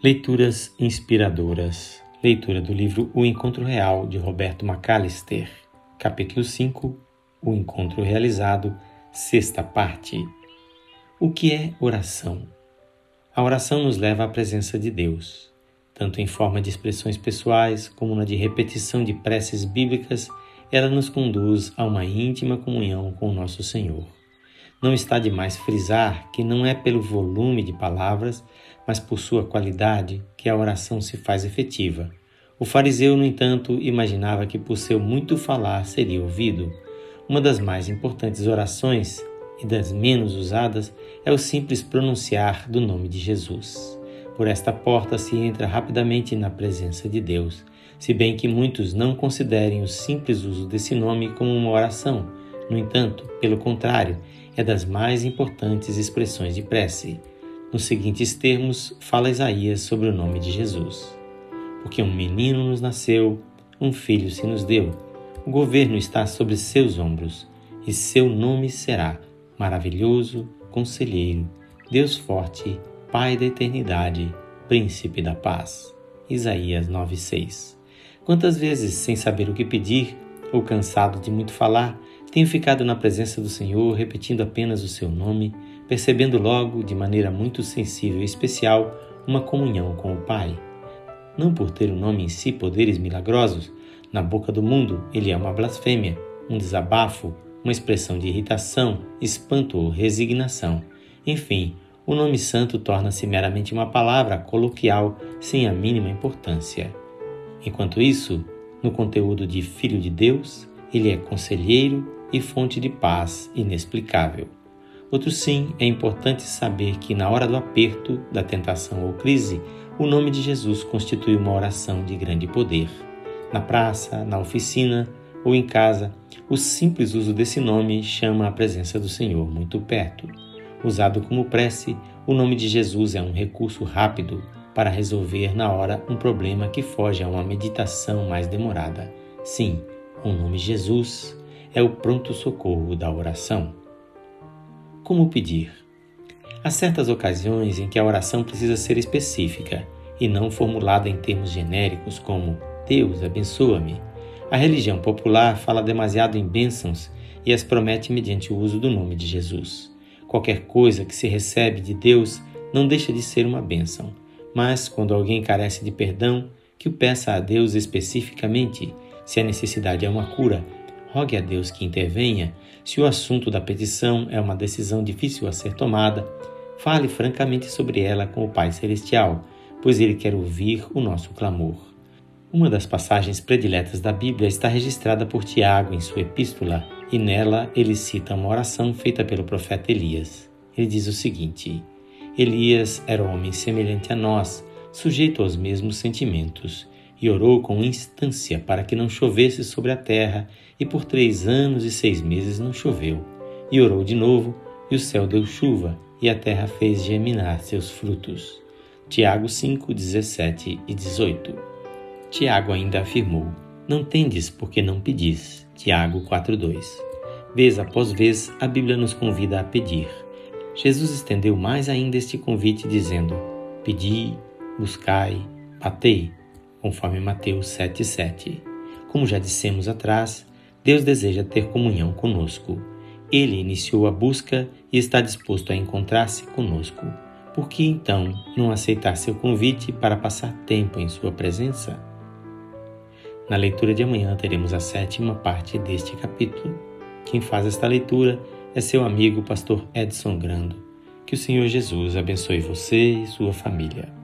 Leituras inspiradoras. Leitura do livro O Encontro Real, de Roberto McAllister. Capítulo 5. O Encontro Realizado, sexta parte. O que é oração? A oração nos leva à presença de Deus, tanto em forma de expressões pessoais como na de repetição de preces bíblicas. Ela nos conduz a uma íntima comunhão com o nosso Senhor. Não está demais frisar que não é pelo volume de palavras, mas por sua qualidade que a oração se faz efetiva. O fariseu, no entanto, imaginava que por seu muito falar seria ouvido. Uma das mais importantes orações e das menos usadas é o simples pronunciar do nome de Jesus. Por esta porta se entra rapidamente na presença de Deus, se bem que muitos não considerem o simples uso desse nome como uma oração. No entanto, pelo contrário, é das mais importantes expressões de prece. Nos seguintes termos, fala Isaías sobre o nome de Jesus. Porque um menino nos nasceu, um filho se nos deu. O governo está sobre seus ombros, e seu nome será Maravilhoso, Conselheiro, Deus Forte, Pai da Eternidade, Príncipe da Paz. Isaías 9:6. Quantas vezes, sem saber o que pedir, ou cansado de muito falar, tenho ficado na presença do Senhor, repetindo apenas o seu nome, percebendo logo, de maneira muito sensível e especial, uma comunhão com o Pai. Não por ter o nome em si poderes milagrosos, na boca do mundo ele é uma blasfêmia, um desabafo, uma expressão de irritação, espanto ou resignação. Enfim, o nome santo torna-se meramente uma palavra coloquial sem a mínima importância. Enquanto isso, no conteúdo de Filho de Deus, ele é conselheiro e fonte de paz inexplicável. Outro sim, é importante saber que na hora do aperto, da tentação ou crise, o nome de Jesus constitui uma oração de grande poder. Na praça, na oficina ou em casa, o simples uso desse nome chama a presença do Senhor muito perto. Usado como prece, o nome de Jesus é um recurso rápido para resolver na hora um problema que foge a uma meditação mais demorada. Sim, o nome Jesus é o pronto-socorro da oração. Como pedir? Há certas ocasiões em que a oração precisa ser específica e não formulada em termos genéricos como Deus abençoa-me. A religião popular fala demasiado em bênçãos e as promete mediante o uso do nome de Jesus. Qualquer coisa que se recebe de Deus não deixa de ser uma bênção, mas quando alguém carece de perdão, que o peça a Deus especificamente. Se a necessidade é uma cura, rogue a Deus que intervenha. Se o assunto da petição é uma decisão difícil a ser tomada, fale francamente sobre ela com o Pai Celestial, pois Ele quer ouvir o nosso clamor. Uma das passagens prediletas da Bíblia está registrada por Tiago em sua epístola, e nela ele cita uma oração feita pelo profeta Elias. Ele diz o seguinte: Elias era um homem semelhante a nós, sujeito aos mesmos sentimentos, e orou com instância para que não chovesse sobre a terra, e por 3 anos e 6 meses não choveu. E orou de novo, e o céu deu chuva, e a terra fez germinar seus frutos. Tiago 5, 17 e 18. Tiago ainda afirmou: Não tendes porque não pedis. Tiago 4:2. Vez após vez, a Bíblia nos convida a pedir. Jesus estendeu mais ainda este convite, dizendo: Pedi, buscai, batei, conforme Mateus 7:7. Como já dissemos atrás, Deus deseja ter comunhão conosco. Ele iniciou a busca e está disposto a encontrar-se conosco. Por que então não aceitar seu convite para passar tempo em sua presença? Na leitura de amanhã teremos a 7ª parte deste capítulo. Quem faz esta leitura é seu amigo pastor Edson Grando. Que o Senhor Jesus abençoe você e sua família.